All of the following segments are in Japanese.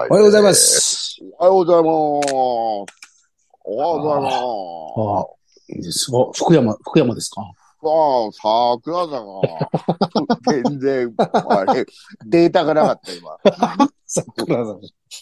おはようございます。 おはようございます。おはようございああ、 まいいです。福山ですか？ す。さあ、桜坂。全然、あれ、データがなかった、今。 桜さん。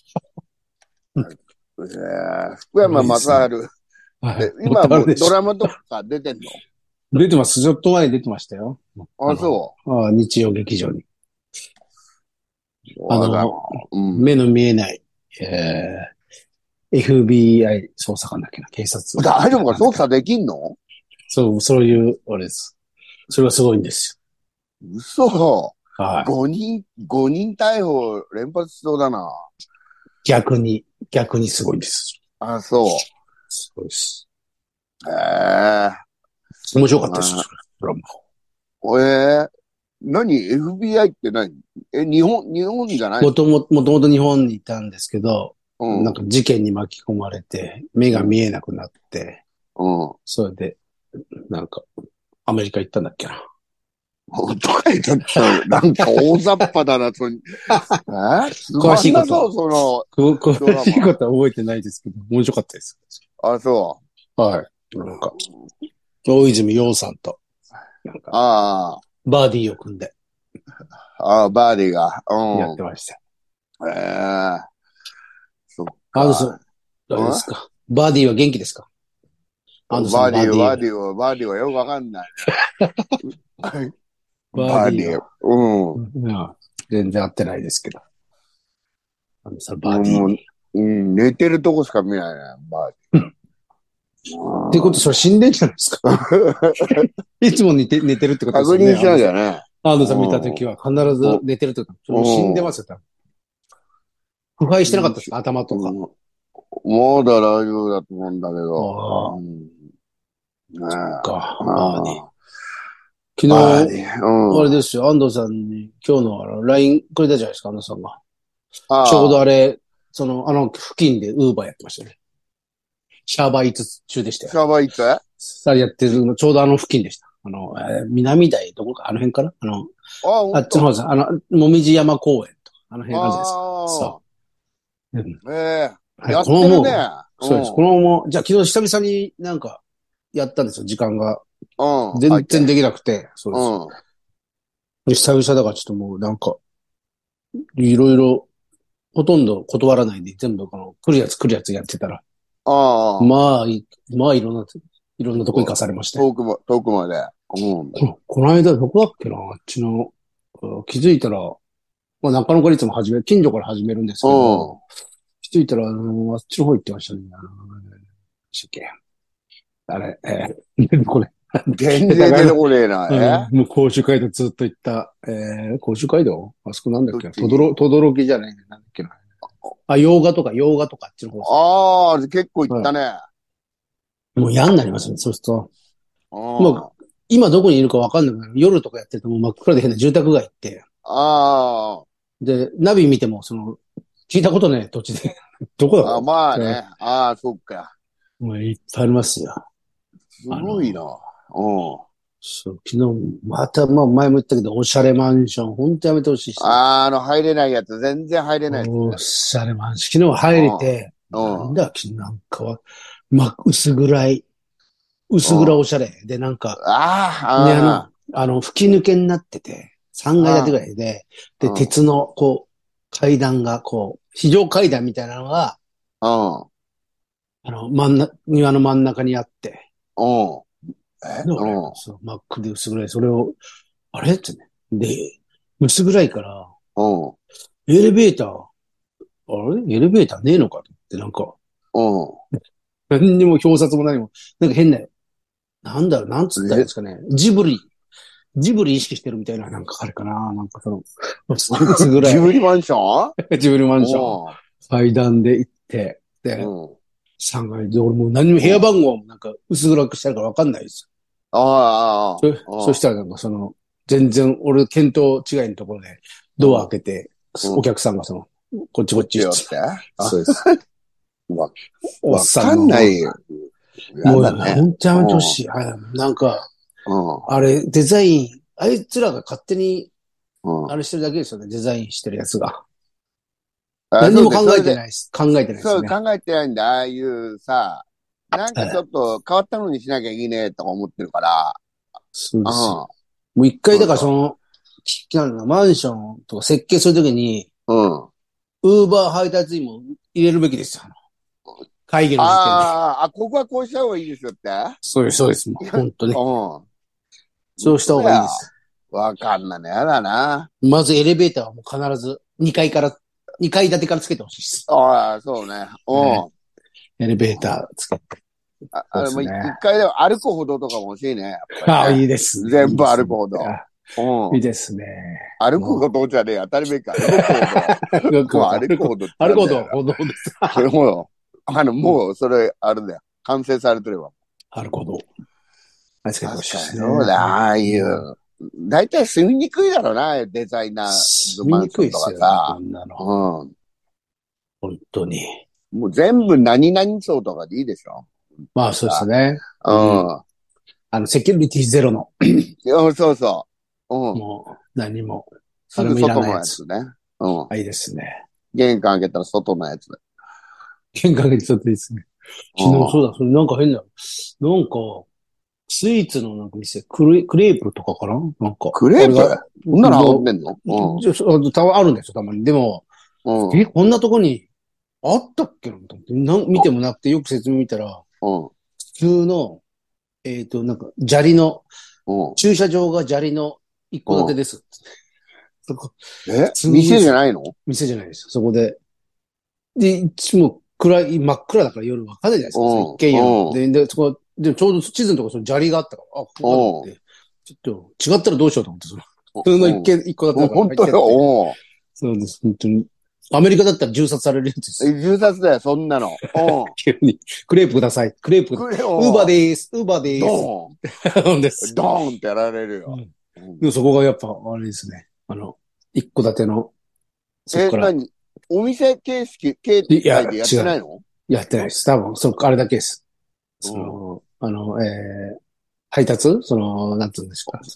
福山雅いいですね。 治。 はい。ま今もうたあれでしドラマとか出てんの？ ょ。出てます。ちょっと前に出てましたよ。 あ、そ日曜劇場に。 う。おはようございま目の見えない、FBI 捜査官だっけな、警察。 大丈夫か？ なんだっけな。 操作できんの？ そういう、あれです。それがすごいんです嘘。 よ。はい。 5人逮捕連発しそうだな。 逆にすごいんです。 あ、そすごいです。 う。 面白かったですよ、 あそれはも何？ FBI って何？日本じゃないの？ もともと日本にいたんですけど、 うん、 なんか事件に巻き込まれて、目が見うん、 えなくなって、 うん。 それで、なんか、アメリカ行ったんだっけな。 とか言ったってさ、なんか大雑把だな、つ詳まんなそう、 しいことは、 そのド詳しいラマ。 ことは覚えてないですけど、面白かったです。 あ、そはい。なんか、 う。 大泉洋さんと、なんか、 あバーディーを組んでバーディーが。 やっうん。 てました。 そっアンドさん、 か。 あれですか。バーディーは元気ですか？アンドさんのバーディーは。 バーディーはよくわかんないね。 バーバーディー。 ディーは、 うん。 うん、全然合ってないですけど。アンドさん、バーディーに。 もう、うん、寝てるとこしか見ないね、バーディってこと、それ死んでんじゃないですか。 ー。 いつも寝てるってことですよね、 確認しなきゃね。 アンドさん見たときうん。 は必ず寝てるってこと。それもう死んでうん。 ますよ、多分。腐敗してなかったですか、頭とか。 うん。まだ大丈夫だと思うんだけあど。うあ、 ん。ねえ。 そっか、バーディー。 ああ。 昨日、 バーディー。うん。 あれですよ、安藤さんに今日のLINE くれたじゃないですか、安藤さんが。ちょうどああ。 あれ、付近でウーバーやってましたね。シャーバーイーツ中でしたよ。 シャバいつ？ さあやってるの、ちょうど付近でした。南台、どこか、あの辺かなああ、ほあんと。 っちの方です。もみじ山公園とか、あの辺あるじゃないですか。 あそう。うん。 あ。ええ。 はい、 やっこのてるね。 もう、 うそうです。こん。 のもう、じゃあ昨日久々になんか、やったんですよ、時間が。 うん。入って。 全然できなくて、そううです。 ん。 で久々だからちょっともうなんか、いろいろ、ほとんど断らないで、全部来るやつやってたら、 ああ。 まあ、いろんなとこ行かされまして。 遠くまで。うん。 この間どこだっけな、あっちの、気づいたら、まあ中野からいつも近所から始めるんですうけど、 ん。 気づいたら、あっちの方行ってましたね。したっけあれ、これ、 全下手が、 然出てこねえな。 もう甲州街道ずっと行った、甲州街道あそこなんだっけな、 どっちに？ とどろきじゃないね、なんだっけな。洋画とかあっちの方ですね。 ああ、結構行っはたね。 い。もう嫌になりますね、そうすると。 うん。 もう、今どこにいるかわかんなくなる。夜とかやってるともう真っ暗で変な住宅街行って、 あで、ナビ見ても、聞いたことね土地で、どこだあ。 ろうって、 まあね。ああ、そっか。 もういっぱいありますよ。 すあの、 ごいな。うん。 そう、昨日、また、まあ前も言ったけど、おしゃれマンション、ほんとやめてほしいですね。 入れないやつ、全然入れないやつおね。 しゃれマンション。昨日入れうて、 ん。うん。 なんかは、薄暗おうん。 しゃれで、なんか、ね、 あ吹き抜けになってて、3階建てぐあ、 らいで、で、 うん。うん。 鉄の、階段が、非常階段みたいなのが、 うん。 庭の真ん中にあって、 うん。 なんだこれうん。 そう、真っ黒で薄暗い。それを、あれってね。で、薄暗いから、 うん。 エレベーター、エレベーターねえのかと思って、なんか、 うん。 何にも表札も何も、なんか変な、なんだろう、なんつったらいいんえ、 ですかね。ジブリ意識してるみたいな、なんかあれかな。なんか薄暗い、 ジブリマンション？ ジブリマンション。 うん。 階段で行って、 うで、 ん。 3階で、俺もう何も部屋うん。 番号もなんか薄暗くしてるからわかんないです。 ああ、 そしたらなんか全然俺見当違いのところでドアうん。 開けて、 うん。 お客さんがこっちこっちって、 こっちよって。あ、 そうです。 わ、 おっわかさんの、 んないよ。やもう、 だね。 ほんとやめてほうん。 しい。はい、なんか、 うん。 あれ、デザイン、あいつらが勝手に、 うん。 あれしてるだけですよね、デザインしてるやつが。 何にも考えてい。 ないです。考えてないですそう、 ね。 考えてないんだ。ああいうさ、なんかちょっと変わったのにしなきゃいけねえとか思ってるから。 そううん。 ですよ。もう一回、だからそうそなんだマンションとか設計するときに、 う。うん。 ウーバー配達員も入れるべきですよ。会議の時点で。 ここはこうした方がいいですよって。 そうです、そうです。もう本当に。 うん。 そうした方本当だよ。 がいいです。 わかんないのやだな。 まずエレベーターはもう必ず2階建てからつけてほしいです。 ああ、そうね。うん。 エレベーターつけて。そうですもうね。 一回でも歩くほどとかも欲しいね。やっぱりああ、いね。 いですね。 全部いいですね。 歩くほど。 あうん。 いいですね。 歩くほもどじゃねえ。当たり前か。動くほう、歩くど。もうほど、 歩くほどって歩くほど、 なんだよな。 歩道です。 それももう、それ、あれだよ。完成されてれば。 歩くほど。つけてほしいですね。 確かにそうだ。ああいうん、 う。だいたい住みにくいだろうな。デザイナーズ見にマンションとくいですよね、こかさ。 んなの。 うん。 本当に。 もう全部何々層とかでいいでしょ。 まあ、そうですね。 ううん。 ん。 セキュリティゼロの、 そうそう。うん。 もう、何も、 す誰もいらぐ外のないやつ。 やつね。うん。 あ、いいですね。 玄関開けたら外のやつで。 喧嘩がちょっといいですね。昨日そうだ、それなんか変だ。なんか、スイーツのなんか店、クレープとかかななんか、 クレープあれが、 こんなの運んでんの？うん。 たまあるんですよ、たまに。でも、 うん。 こんなとこにあったっけなと思って見てもなくて、よく説明見たら、 うん。 普通の、なんか、砂利の、 うん。 駐車場が砂利の一戸建てうです。そこ、 ん。 普通の店じゃないの？ 店じゃないですよ。そこで。で、いつも真っ暗だから夜わかんないじゃないですか。その一軒家の。 うん。 そこ、で、ちょうど地図のところその砂利があったから、あ、ここだと思っうん。 て、ちょっと違ったらどうしようと思って、普通の一戸建てうん。 だから本当入ってって。 よ。 そうです、本当に。アメリカだったら銃殺されるやつですよ。 銃殺だよ、そんなの。う急に。クレープください。クレープ。 ん。 ウーバーでーす。ウーバーでーす。 ドでーンす。 ドーンってやられるよ。 うん。 うん。 でもそこがやっぱ、あれですね。一戸建ての、そこから。 何？お店形いや、 態でやっ違う。 てないの？ やってないです。多分、あれだけです。 うん。 配達なんつうんですか。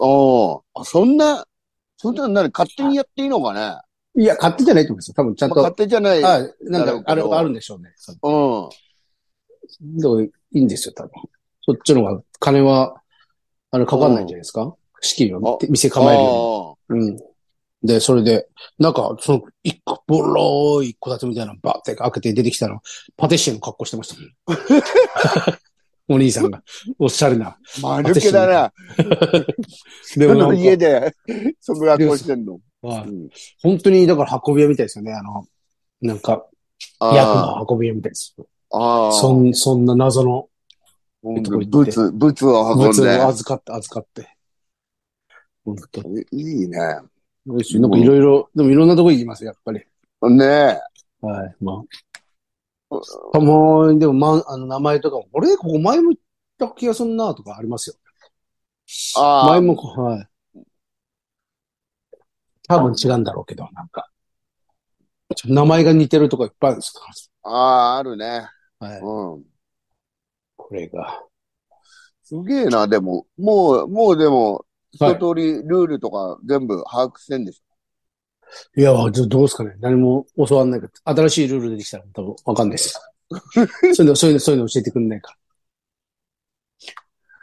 そんな何勝手にやっていいのかね？ いや、勝手じゃないと思いますよ。多分ちゃん勝と、 手じゃないなんだろか、あるんうけど。 でしょうね。 うん。 でもいいんですよ、多分。そっちの方が、金は、かかんないんじゃないですか。資金を店構えるよりも。 あうん。で、それで、なんか、ボロいこたつみたいなのバーって開けて出てきたの、パティシエの格好してましたもん。お兄さんが。おしゃれな。 あ。間抜けだな。 でもなんか、 家で、そこ学校してんの。 はい、 うん。 本当に、だから運び屋みたいですよね。なんか、薬あの運び屋みたいですよ。 あ、ああ。 そんな謎のとこ行って、 物を運ん物をで。 預かって。本当。 いいね。 なんかいろいろ、でもいろんなとこ行きますよ、やっぱり。 ねえ。 はい。まあ、たまに、でも、名前とかも、ここ前も言った気がすんな、とかありますよ。前あも、はい。多分違うんだろうけど、なんか、名前が似てるとこいっぱいあるんですかあるね。 ら。はい。 うん。 これが。 すげえな、でも、もうでも、 はい。 一通りルールとか全部把握してんでしいや、どうですかね。何も教わんないから。新しいルール出てきたら多分わかんないです。そういうの教えてくんないから。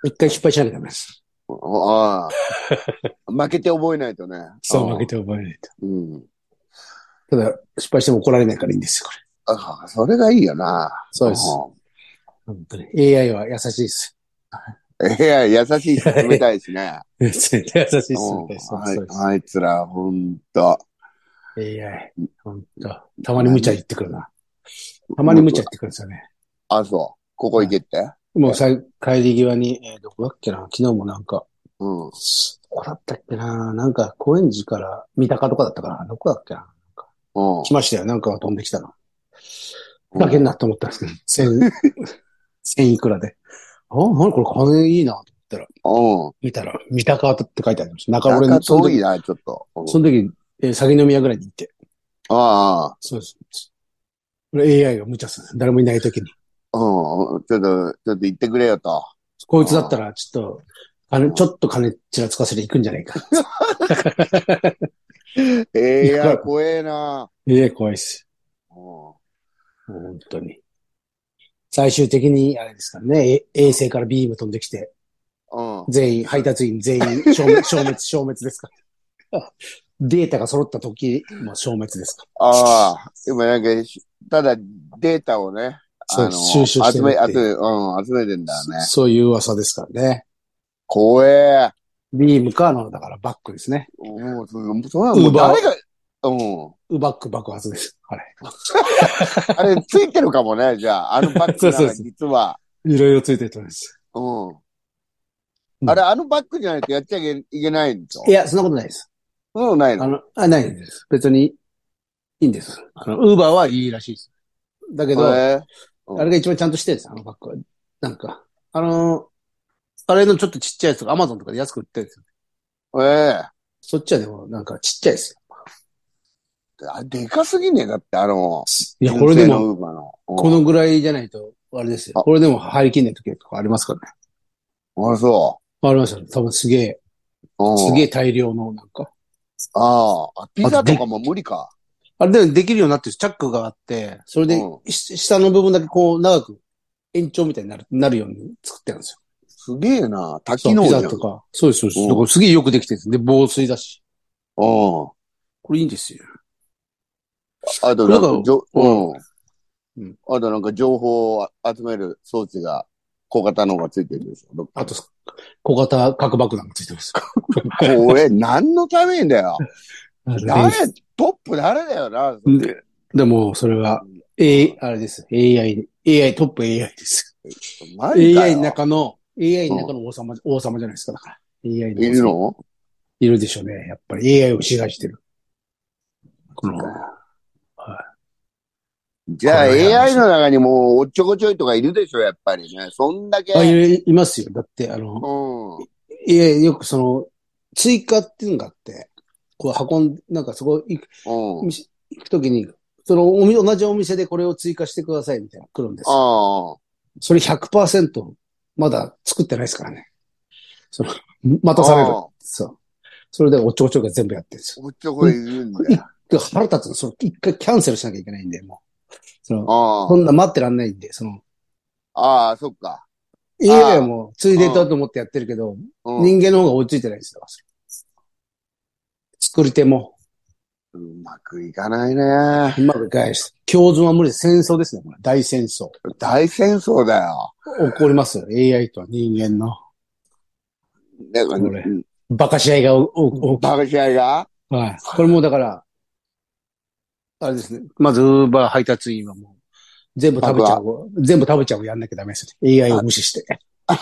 一回失敗しなきゃダメです。 ょ？ああ。負けて覚えないとね。 そう、負けて覚えないと。 うん。 ただ、失敗しても怒られないからいいんですよ、これ。 それがいいよな。 そうです。本当に。AI は優しいです。 いや、優しいし、冷たいしね。 優しいです、冷たいです。そうです。 あいつら、ほんと。 AI。本当。たまに無茶言ってくるな。たまに無茶言ってくるんですよね。 そう。ここ行けって？ もう帰り際に、どこだっけな、昨日もなんか、 うん。 どこだったっけな、なんか、高円寺から三鷹とかだったかな、どこだっけな、なんかうん。 来ましたよ、なんかが飛んできたの。だけうん。 んなと思ったんですけど、千いくらで。何これ金いいなと思ったら、 うん。 三鷹って書いてありました。俺、 中その時、 遠いな、ちょっと。 その時、酒飲み屋ぐらいに行って。 ああ。 そうです。これ AI が無茶する。誰もいない時に。 うん。ちょっと言ってくれよと。 こいつだったら、ちょっと金ちらつかせていくんじゃないか。行くかいや、 ら。 怖えな。 怖いっす。 もう本当に。最終的に、あれですからね、衛星からビーム飛んできて、 うん。 全員、配達員全員消滅ですから。データが揃った時、もう消滅ですかああ、今なんか、ただデータをね、 そうです。収集してるっていう。 集めてんだよね。 そういう噂ですからね。 怖え。 ビームかだからバックですね。 もう、それはもウーバう誰が、うん。 ウバック爆発です。はい。 あれ、ついてるかもね、じゃあ。あのバッグなんかそうそうそう。 実は。 いろいろついてると思います。 うん。 うん。 あれ、あのバッグじゃないとやっちゃいけないんでしょ？ いや、そんなことないです。 そんなのないの？ ないです。別にいいんです。ウーバーはいいらしいです。だけへど、 え。うん。 あれが一番ちゃんとしてるんです、あのバッグは。なんか、あれのちょっとちっちゃいやつが Amazon とかで安く売ってるんですよ。 へえ。 そっちはでもなんかちっちゃいですあ、でかすぎねえ。だって、 よ。いや、こ純正のれでも、 ウーバーの。 このぐらいじゃないと、あれですよ。これでも入りきんない時とかありますからね。 そありますよね。多分う。うん。 すげえ大量のなんか。 ピあ、 ザとかも無理か。 あれできるようになってるチャックがあって、それでうん。 下の部分だけこう長く延長みたいになるように作ってるんですよ。 すげえな。多そう、ピ機能じゃん。 ザとか。そうです、そうです。だかうん。 らすげえよくできてるんです。で、防水だし。 うん。 これいいんですよ。 あとこれだから、 うん。 うん。 あとなんか情報を集める装置が、小型のがついてるでしょ、どっかに。 あと、小型核爆弾がついてます。 これ、何のためにだよ。 で、 トップ誰だよな、それ。 でも、それは、 うあれです。AI、トップ AI です。 ん。マジか AI のよ。 中の、AI のうん。 中の王様じゃないですか。だから。AI の王様。 いるの？ いるでしょうね。やっぱり AI を支配してる。この、 マジかよ。 はい。 じゃあこれはやばいで AI すね。 の中にもうおっちょこちょいとかいるでしょ、やっぱりね。そんだけ。 あ、いますよ。だって、 うん。 よく追加っていうのがあって、こうなんかそこうん。 行くときに、同じお店でこれを追加してくださいみたいなの来るんですよ。 ああ。 それ100%まだ作ってないですからね。その、待たされる。 ああ。 そう。それでおちょこちょいが全部やってるんですおっちょよ。 こいるんだよ。 腹立つの。一回キャンセルしなきゃいけないんで、もう。そあんな待ってらんないんで、 あ。ああ、そっか。 AI はあもう、ついであ。 と思ってやってるけど、 うん。うん。 人間の方が追いついてないですよ。作り手も、 うまくいかないね。 うまくいかないです。共存は無理です。戦争ですね。これ大戦争。 大戦争だよ。 起こりますよ。AI と人間の。 だから、 これ。馬鹿し合いが大きい。 バカ試合が。 はい。これもだから、あれですね。まず、ウーバー配達員はもう、 爆全部食べちゃうをやんなきゃダメですよね。AI を無視して。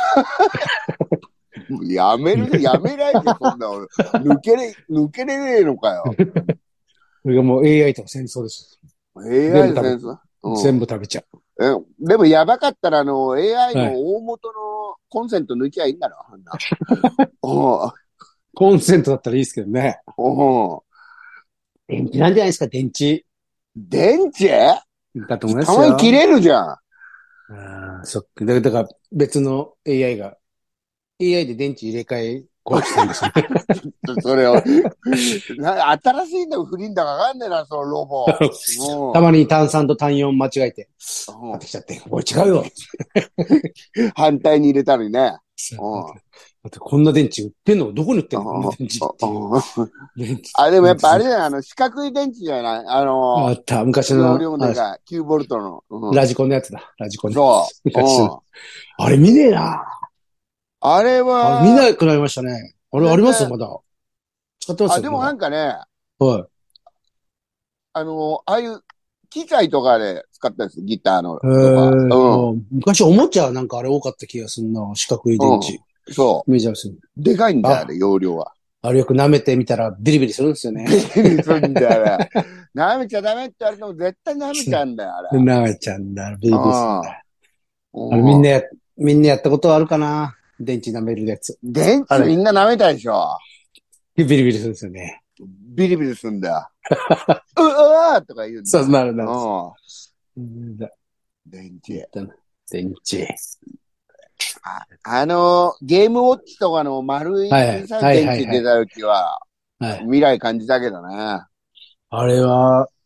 やめないで、そんなの。抜けれねえのかよ。 これがもう AI との戦争です。全部 AI 食べ、 戦争。 全部う食べちゃん。でもやばかったら、AI う。はのい。 大元のコンセント抜きゃいいんだろ、あんな。うコンセントだったらいいですけどね。 ん。うん。 電池なんじゃないですか、電池。 電池だと思いまたまに切すよ。 れるじゃん。 そっか。だから別の AI で電池入れ替え殺してるんですね。 それを、新しいんだか古いんだかわかんねえな、そのロボ。 たまに炭酸と単4間違えて、 うん。 買ってきちゃって、おい違うよ。 反対に入れたのにね。うん。 だってこんな電池売ってんのどこに売ってんのこんなうん。 電池っていう。電池、 あ、でもやっぱあれ電池だよ、四角い電池じゃない？ 昔容の、 量でかい、9ボルトの。うラジコンのやつだ。ラジコンん。 のやつ。 そう。 昔の。 うん。 あれ見ねえな。 あれあれ見は、 なくなりましたね。あれあり全然、 ますまだ。使ってますでもまだ。 なんかね、 はああいう機械とかで使ったんですよ、ギターのい。 とか。うん。 昔おもちゃなんかあれ多かった気がするな。四角い電池。 うん。そ見ちゃうする。 う。でかいんだよ、ああ、 れ、容量は。 あれよく舐めてみたらビリビリするんですよね。 ビリすんだよね。舐めちゃダメって言われても絶対舐めちゃうんだよ、あれ。 舐めちゃうんだ。ビリビリするんあだ。 あ。 あれうん。 みんなやったことあるかな電池舐めるやつ。 電池みあれ、 んな舐めたでしょ。 ビリビリするんですよね。 ビリビリすんだよ。わーとか言うんだそうよ。 なる。うんだ電池。 電池。 ゲームウォッチとかの丸い小さいはい電池出はいはい。 た時は、 はい。 未来感じたけどね。 あれは、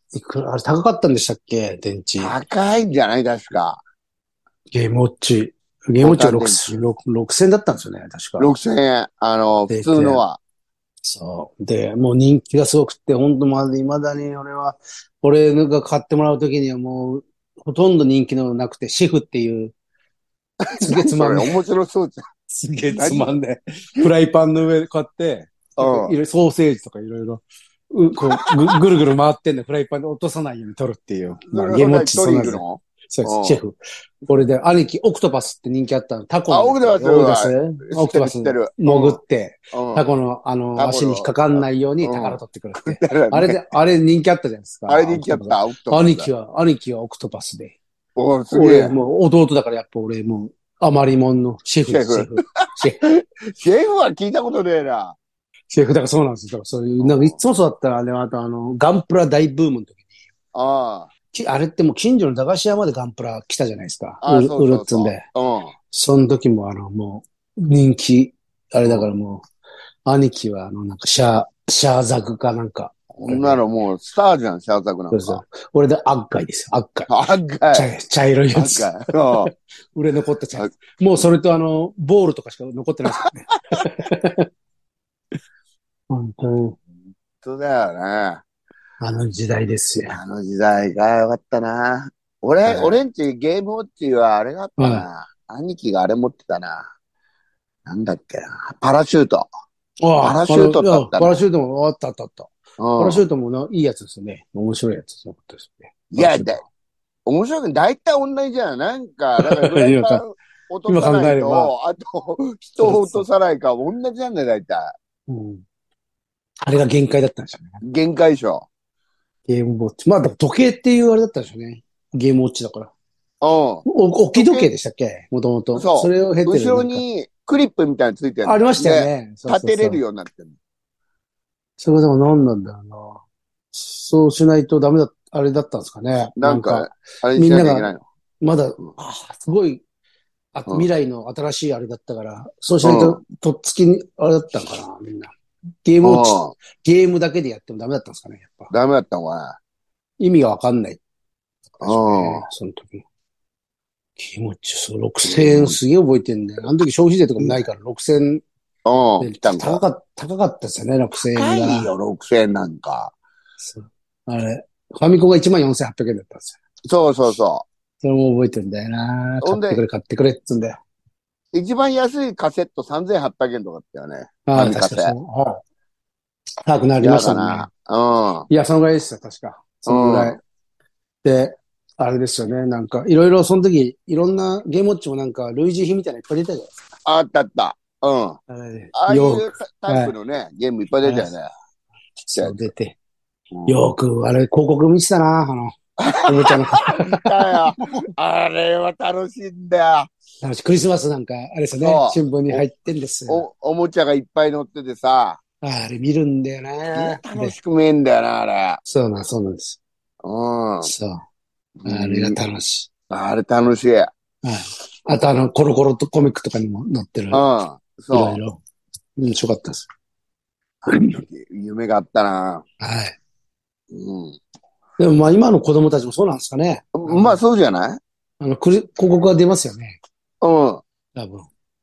あれ高かったんでしたっけ電池。 高いんじゃない確か。 ゲームウォッチ。ゲームウォッチはボタン電池 6000だったんですよね、確か。 6000円。普通のは。 そう。で、もう人気がすごくって、本当まだ未だに俺が買ってもらうときにはもう、ほとんど人気のなくて、シェフっていう、すげえつまんねえ。 それ面白そうじすげえつまんねえ。フライパンの上で買って、 ゃん。うん。 ソーセージとかいろいろ、ぐるぐる回ってんの、フライパンで落とさないように取るっていう。まあ、ゲームウォッチ取りそんなんですよ。 に行くの？ そうです、 うん。 シェフ。これで、兄貴、オクトパスって人気あったの。タコの。 オクトパスはオクトパスオクトパス知ってる。 潜って、 うん。 タコのタコ足に引っかかんないようにうん宝取ってくるって。 だからねあれ人気あったじゃないですか。 あれ人気あった、オクトパス。 兄貴はオクトパスで。 おすげ俺、 え。 もう弟だからやっぱ俺もう、余りもんのシェフです、 シェシェフ。シェフ。 シェフは聞いたことねえな。 シェフだからそうなんですよ。だからそういう、なんかいつもそうだったら、あとガンプラ大ブームの時に、 ああれってもう近所の駄菓子屋までガンプラ来たじゃないですか。 あ、そう売るそうそう。 っつんで。 うん。 その時ももう、人気、あれだからもう、兄貴はなんかシャーザクかなんか。 こんなのもうスターじゃん、シャーザクなんか。 俺でアッガイですよ、アッガイ。 赤い。 茶色いやつ。 赤い。 売れ残った茶色。もうそれとボールとかしか残ってないですよね。本当に。 そうだよね。 あの時代ですよ。 あの時代がよかったな。俺んちゲームウォッチはあれがあったな。兄貴があれ持ってたな。なんだっけな。パラシュート。パラシュートだったな。 パラシュートもあった。パラシュートもいいやつですよね。面白いやつですね。 いや、面白く大体同じじゃん。なんか、だからフライパン落とさないと、あと、人を落とさないか、同じなんだよ、大体。 あれが限界だったんですよね。 限界でしょ。 ゲームウォッチ。まあ、時計っていうあれだったんでしょうね。ゲームウォッチだから。置き時計でしたっけもともと。 そう。 それを経てる。 後ろにクリップみたいについてる。 ありましたよね。 立てれるようになってる。 それでも何なんだろうな。そうしないとダメだ、あれだったんですかね。 なんか、あれにしなきゃいけないの。 まだ、すごい、未来の新しいあれだったから、そうしないと、とっつきに、あれだったのかな、みんな。ゲームだけでやってもダメだったんですかね、やっぱ。 ダメだったのかな。 意味がわかんない。その時。ゲームウォッチ、そう、6000円すげえ覚えてんだよ。あの時消費税とかもないから、6000円。高かったですよね、6000円が。 高いよ、6000円なんか。 あれ、ファミコンが14,800円だったんですよ。そう。 それも覚えてんだよな。買ってくれっつんだよ。 一番安いカセット3800円とかだったよね。 ああ、確かそう。高くなりましたね。いや、そのぐらいですよ、確か。そのぐらい。で、あれですよね。なんか、いろいろ、その時、いろんなゲームウォッチもなんか、類似品みたいなのいっぱい出たじゃないですか。 あった。ああいうタイプのね、ゲームいっぱい出たよね。 そう、出て。よく、あれ、広告見てたな、おもちゃの。 あれは楽しいんだよ。 クリスマスなんか、あれですよね。新聞に入ってんですよ。 おもちゃがいっぱい載っててさ。 あれ見るんだよね。 楽しく見えんだよな、あれ。 そうなんです。そう。あれが楽しい。 あれ楽しい。 あとコロコロとコミックとかにも載ってる。そう。いろいろ。面白かったです。 夢があったな。 はい。でもまあ今の子供たちもそうなんですかね。 まあそうじゃない？ 広告が出ますよね。多分。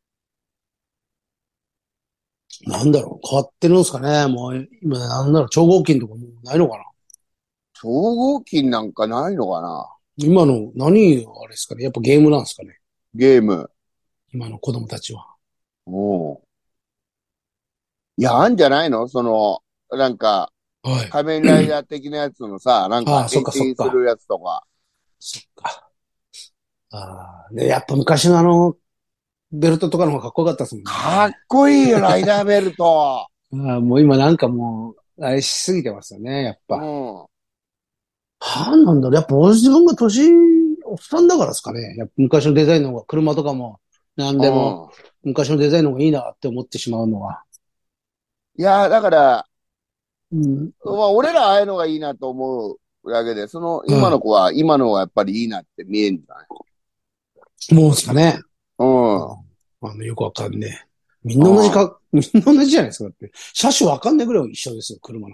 なんだろう、変わってるんですかね。もう今なんだろう、超合金とかもうないのかな。 超合金なんかないのかな。 今のあれですかね。やっぱゲームなんですかね。 ゲーム。 今の子供たちは。 いや、あんじゃないのなんか、仮面ライダー的なやつのさ、なんか変身するやつとか。 そっか。で、やっぱ昔のベルトとかの方がかっこよかったですもんね。 かっこいいよ、ライダーベルト。 もう今なんかもう、あれしすぎてますよね、やっぱ。なんだろう、やっぱ自分がおっさんだからですかね。やっぱ昔のデザインの方が、車とかも、なんでも、昔のデザインの方がいいなって思ってしまうのは。 いや、だから、まあ、俺らああいうのがいいなと思うだけで、今の子は、今のがやっぱりいいなって見えんじゃないもうですかね。よくわかんねえ。みんな同じじゃないですか。だって。車種わかんないぐらい一緒ですよ、車なんか。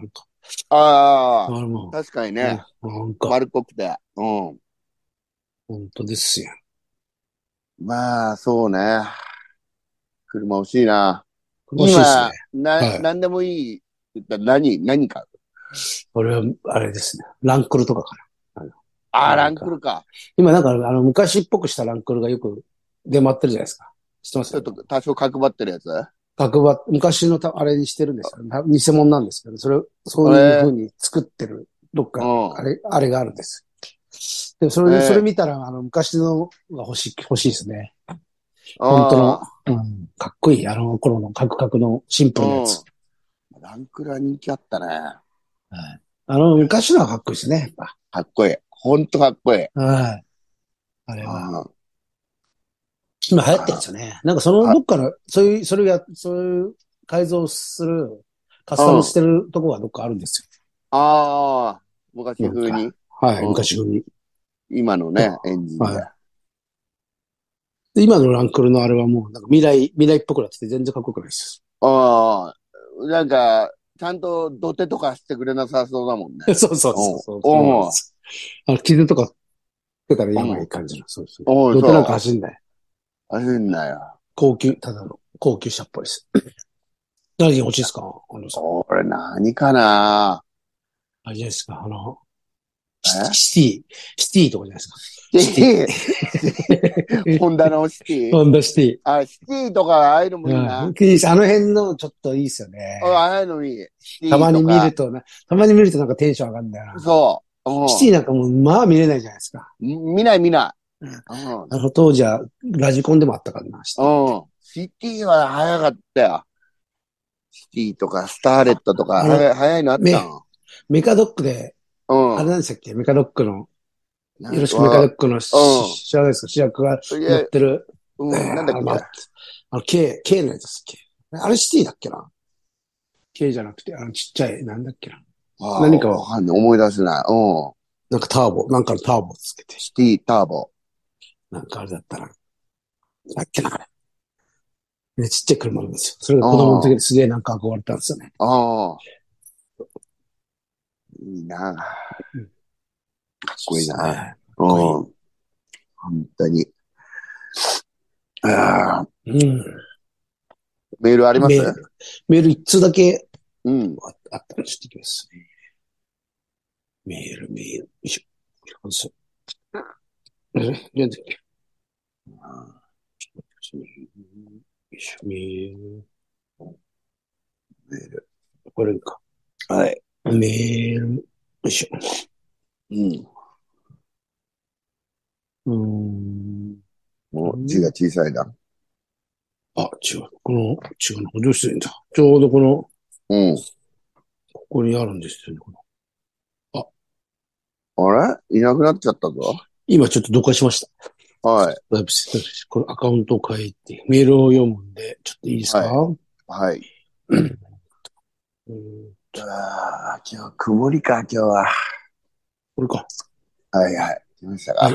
ああ、確かにね。 なんか。 丸っこくて。うん。 本当ですよ。 まあ、そうね。車欲しいな。 欲しいですね。 今、 はい。 なんでもいいって言ったら何買う？ 俺は、あれですね。ランクルとかかな。 ああ、ラなんか、 ンクルか。 今なんか、昔っぽくしたランクルがよく出回ってるじゃないですか。知ってますちょっと多少角張ってるやつ。 昔のあれにしてるんですよ。偽物なんですけど、そういう風えに作ってる、どっか、 ー、 あれがあるんです。でもうん。 それ見たら、昔のが欲しいですね。本当の、 あかっこいい、あの頃のカクカクのシンプルなやあ、 つ。 うん。ランクルは人気あったね。 はい。昔のはかっこいいですね、やっぱ。 かっこいい。ほんとかっこいい。 はい。あれは。 あ今流行ってるんであ、 すよね。なんかそのは、 どっかの、そういう改造する、カスタムしうん。 てるとこがどっかあるんですああ、 よ。なんか、 昔風に。 はい、 うん。 昔風に。 今のね、エンジンで。 はい。で、今のランクルのあれはもう、なんか未来っぽくなってて全然かっこよくないです。 ああ、なんか、ちゃんと土手とかしてくれなさそうだもんね。 そうそううん。 そうなんでうん。 す。傷とか出たらやばうん。 い感じの。そうそう。 うん、 土手なんかそう。 走んない。 あれんなよ。 ただの高級車っぽいです。何欲しいですかさん。 俺何かな？ あれじゃないですか。 えシティとかじゃないですか。シテシティ、 ィ。 ホンダのシティ。 ホンダシテあ、シティとか、ああいうのもィ。 いいな。 はい。いいです。あの辺のちょっといいですよね。 ああいうのいい。シテたまに見るィとか。 とな、たまに見るとなんかテンション上がるんだよな。 そシティう。 なんかもう、まあ見れないじゃないですか。 見ない見ない。うん。 当時はラジコンでもあったからな、シティって。 うん。シティは早かったよ。シティとか、スターレットとか、 あの、 早いのあったん。 メカドックで、 うん。 あれなんでしたっけメカドックの、よろしくメカドッわ、 クのう知らないですか主役がん。いや、 乗ってる、 うん、なんだっけ。 K のやつですっけあれシティだっけな ?K じゃなくて、ちっちゃい、なんだっけなああ、 何かを、 わかんない。思い出せない。うん。 なんかなんかのターボつけて、 シティターボ。 なんかあれだったら、だっけなあれ。でちっちゃい車なんですよ。それが子供の時あにすげえなんか憧れたんですよね。 あ、ああ、いいな。 うん、 かっそうでこいいな。 すね。かっうん。 こいい。 本当に。ああ、 うん。 メールあります？ メール一通だけうん。 あったらちょっといきますね。メール。よいしょ。そう。なんだっけ。よいしょ。 メール。 これか。 はい。 メール。よいしょ。 うん。 うーん。 もう字が小さいな。 あ、違う。違うな。どうしてるんだ。ちょうどうん。 ここにあるんですよね。あ、 あれいなくなっちゃったぞ。 今ちょっとどかしました。 はい。 このアカウントを変えて、メールを読むんで、ちょっといいですか？ はい。はい。 うん、 ああ、今日曇りか、今日は。 これか。 はいはい。来ましたはい、 か。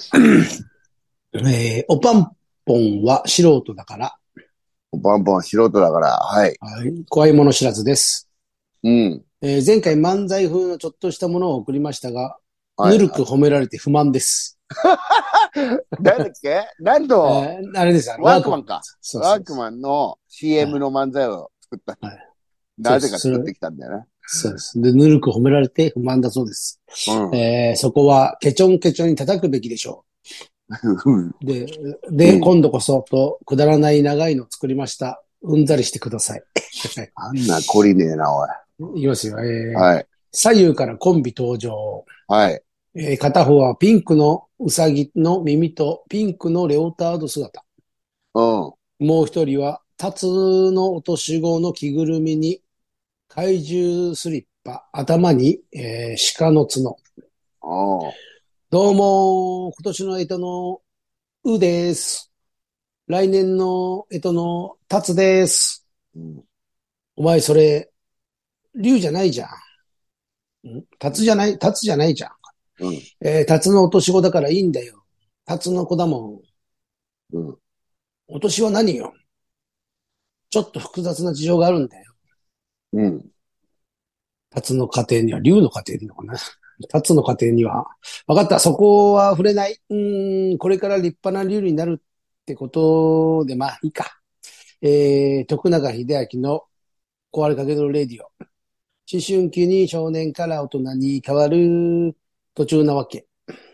おパンポンは素人だから、 ポンポン素人だから。はい。 はい、怖いもの知らずです。 うん。 前回漫才風のちょっとしたものを送りましたが、ぬるくはいはい。 褒められて不満です。 誰だっけ？何の？ あれですよ、ワークマン。 ワークマンか。 そうそうそワークマンのう。は CM い。 の漫才を作った。 はい。そうです。 なぜか作ってきたんだよね。 そうです。で、ぬるく褒められて不満だそうです。 うん。 そこはケチョンケチョンに叩くべきでしょう。 うん。 今度こそとくだらない長いのを作りました。うんざりしてください。 あんな懲りねえな、おい。 いきますよ。 はい。 左右からコンビ登場。 はい。 片方はピンクのウサギの耳とピンクのレオタード姿。 うん。 もう一人はタツの落とし子の着ぐるみに怪獣スリッパ、頭に、鹿の角。 おう。 どうも、今年の干支のうです。来年の干支のタツです。 うん。 お前それ、竜じゃないじゃん。タツじゃないじゃん。 うん。 タツの落とし子だからいいんだよ。タツの子だもん。 うん。 落としは何よ。ちょっと複雑な事情があるんだよ。 うん。 辰の家庭には、竜の家庭でいいのかな。辰の家庭には。わかった、そこは触れない。これから立派な竜になるってことで、まあいいか。徳永秀明の壊れかけのレディオ。思春期に少年から大人に変わる途中なわけ。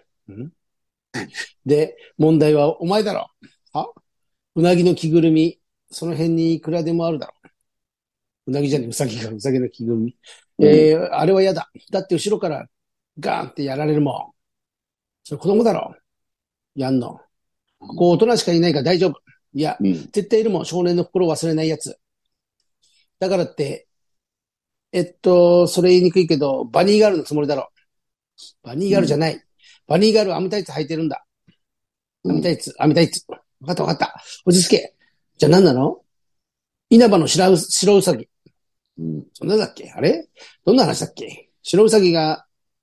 で、問題はお前だろ。うなぎの着ぐるみ、その辺にいくらでもあるだろう。うなぎじゃねえ、うさぎの着ぐるみ。あれは嫌だ。だって後ろからガーンってやられるもん。それ子供だろ。やんの。ここ大人しかいないから大丈夫。いや、絶対いるもん。少年の心を忘れないやつ。だからって、それ言いにくいけど、バニーガールのつもりだろ。バニーガールじゃない。バニーガールは網タイツ履いてるんだ。網タイツ。わかった。落ち着け。じゃあ何なの？稲葉の白うさぎ。そんなだっけ？あれ？どんな話だっけ？白うさぎが、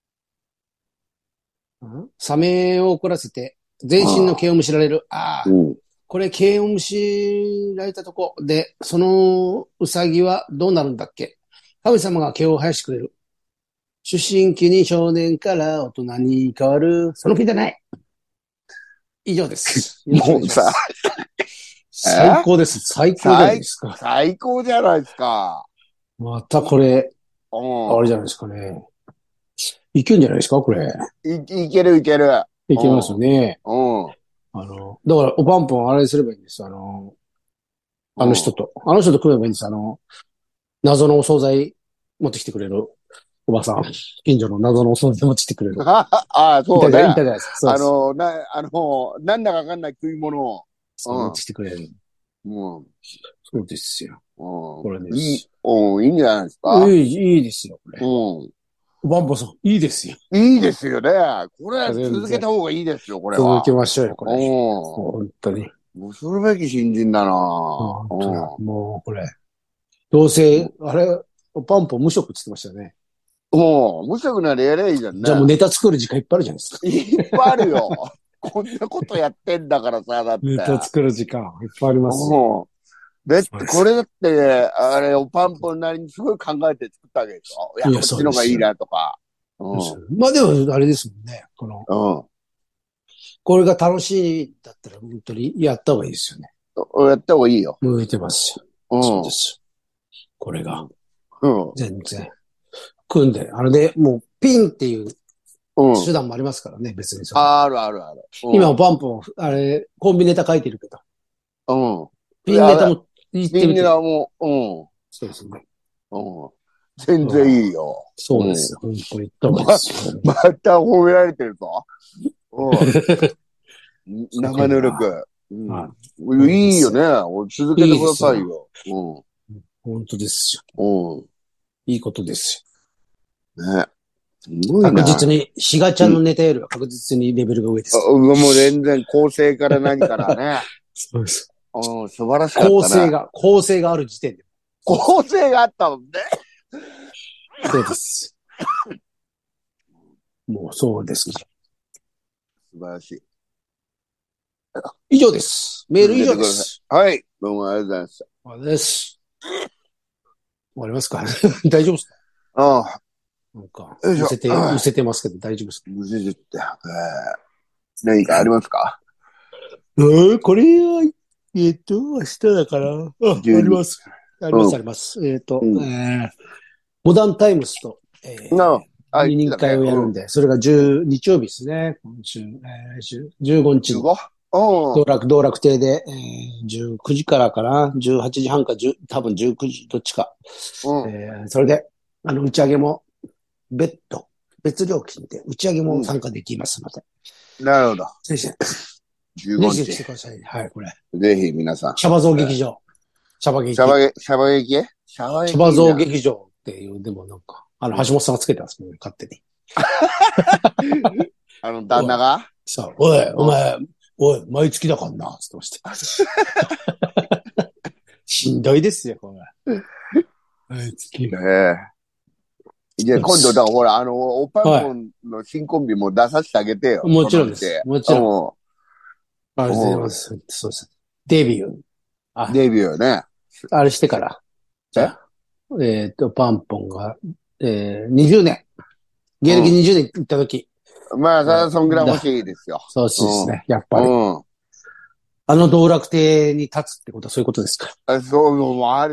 サメを怒らせて、全身の毛をむしられる。これ毛をむしられたとこで、そのうさぎはどうなるんだっけ？神様が毛を生やしてくれる。出身期に少年から大人に変わる。その気じゃない。以上です。 もうさ、 最高です。最高じゃないですか。 最高じゃないですか。 またこれ、あれじゃないですかね。いけるんじゃないですかこれ。 いける。いけますよね。だから、おパンポンあれすればいいんです。あの人と組めばいいんです。謎のお惣菜持ってきてくれるおばさん。近所の謎のお惣菜持ってきてくれる。 そうね。 いたじゃないですか。 なんだかわかんない食い物を。 持ってきてくれる。そうですよ。これです。 いいんじゃないですか？ いいですよ、これ。バンボさん、いいですよ。 いいですよね。これ、続けた方がいいですよ、これは。 続けましょうよ、これ。本当に。 恐るべき新人だなもう、これ。どうせ、あれ、パンポン無職って言ってましたよね。 無職ならやればいいじゃんね。 じゃあもうネタ作る時間いっぱいあるじゃないですか。 いっぱいあるよ。こんなことやってんだからさ、だって。 ネタ作る時間いっぱいありますよ。 これだって、あれ、おパンポンなりにすごい考えて作ったわけでしょ？いや、こっちの方がいいなとか。 まあでも、あれですもんね。これが楽しいだったら、本当にやった方がいいですよね。 やった方がいいよ。 向いてますよ。そうですよ。これが。全然。組んで、あれで、もう、ピンっていう手段もありますからね、別に。 ある。 今もパンポン、あれ、コンビネタ書いてるけど。ピンネタも言ってみて。 ピンネタも、 そうですね。 全然いいよ。 そうですよ。本当に言った方がいいですよ。 また褒められてるぞ。長ぬるく。いいよね。続けてくださいよ。 本当ですよ。いいことですよ。ね。 確実に、ヒガちゃんのネタよりは確実にレベルが上です。 もう全然構成から何からね。 そうです。 素晴らしかったね。 構成がある時点で。 構成があったもんね。 そうです。もうそうです。素晴らしい。 以上です。メール以上です。 はい。どうもありがとうございました。 ありがとうございます。終わりますか？大丈夫ですか？なんか、むせてますけど大丈夫ですか？ むせてって。何かありますか？ これは、明日だから。あります。あります。モダンタイムスと、二人会をやるんで、それが日曜日ですね。今週、15日の。道楽亭で、19時からかな、18時半か多分19時、どっちか。それで、打ち上げも、別料金で打ち上げも参加できますので。 なるほど。 ぜひ、 15日。 来てください。はい、これ。 ぜひ皆さん。 シャバゾウ劇場。シャバ劇。 シャバゾウ劇場っていう、でもなんか、橋本さんがつけてますね、勝手に。 旦那がさあ、おい、毎月だからな、つってました。しんどいですよ、これ。毎月。 いや、今度、だからほら、おパンポンの新コンビも出させてあげてよ。 もちろんです。もちろん。ありがとうございます。そうです。デビュー。 デビューね。 あれしてから。じゃあ、パンポンが、 20年。芸歴20年行った時。 まあ、そんぐらい欲しいですよ。 そうですね。やっぱり。道楽亭に立つってことはそういうことですか。 そう、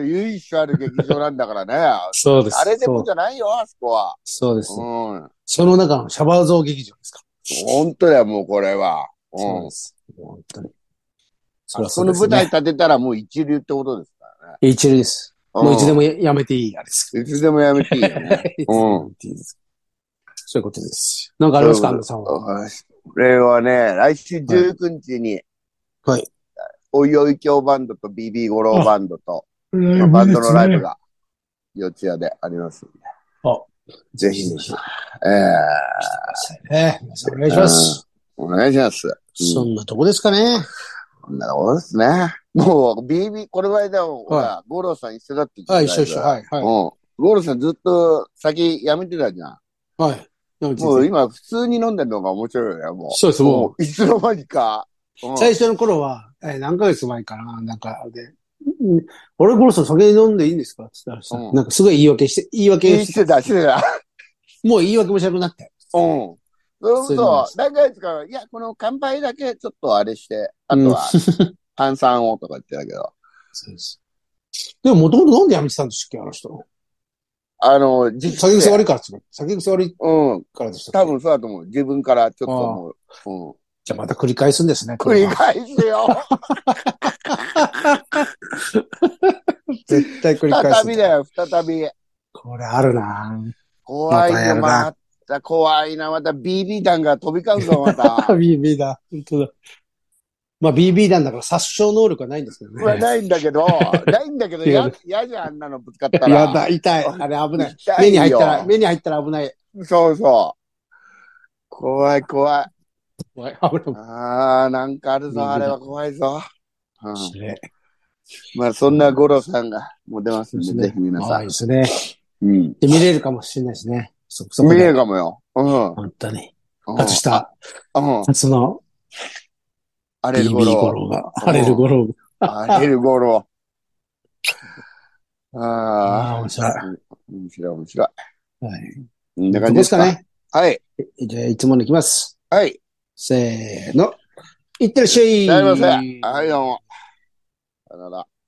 唯一ある劇場なんだからね。 そうです。 誰でもじゃないよ、あそこは。 そうです。その中のシャバーゾー劇場ですか。 本当だよ、もうこれは。 そうです。本当に。 その舞台立てたらもう一流ってことですからね。 一流です。もういつでもやめていいあれです。 いつでもやめていいよね。 そういうことです。なんかありますか、安藤さんは。 これはね、来週19日に、 はい。 おいおい京バンドと BB 五郎バンドと、バンドのライブが、四谷でありますんで。ぜひ。 皆さんお願いします。 お願いします。 そんなとこですかね。 こんなとこですね。もう、BB、これまででも、ほら、五郎さん一緒だって言ってた。一緒。はい。 五郎さんずっと先辞めてたじゃん。 はい。 もう今普通に飲んでるのが面白いよね、もう。 そうです、もう。いつの間にか。 最初の頃は、何ヶ月前かな、なんかで、俺ゴロさん酒飲んでいいんですかって言ったらさ、なんかすごい言い訳してた。 もう言い訳もしなくなって。 そう。何ヶ月か、いや、この乾杯だけちょっとあれして、あとは、炭酸をとか言ってたけど。 そうです。でももともと飲んでやめてたんでしたっけ、あの人。酒癖悪いからですね。酒癖悪いからでした。 多分そうだと思う。自分からちょっと思う。 じゃあまた繰り返すんですね。 繰り返すよ。 絶対繰り返す。 再びだよ、再び。 これあるな怖いよ、また怖いな。また BB 弾が飛び交うぞ、また。 BB 弾。本当だ。まあ BB 弾だから殺傷能力はないんですけどね。 ないんだけど、嫌じゃん、あんなのぶつかったら。 やだ、痛い。あれ危ない。目に入ったら危ない。 そうそう。怖い。 危ない。 なんかあるぞ、あれは怖いぞ。まあ、そんな五郎さんがもう出ますんで、ぜひ皆さん。 いいですね。で、見れるかもしれないですね。 見れるかもよ。 本当に。初の、 荒れる五郎が。荒れる五郎。 荒れる五郎。 面白い。 面白い。 はい。 こんな感じですかね。はい。 じゃあ、いつものいきます。 はい。 せーの。いってらっしゃい。 すいません。はい、どうも。さよなら。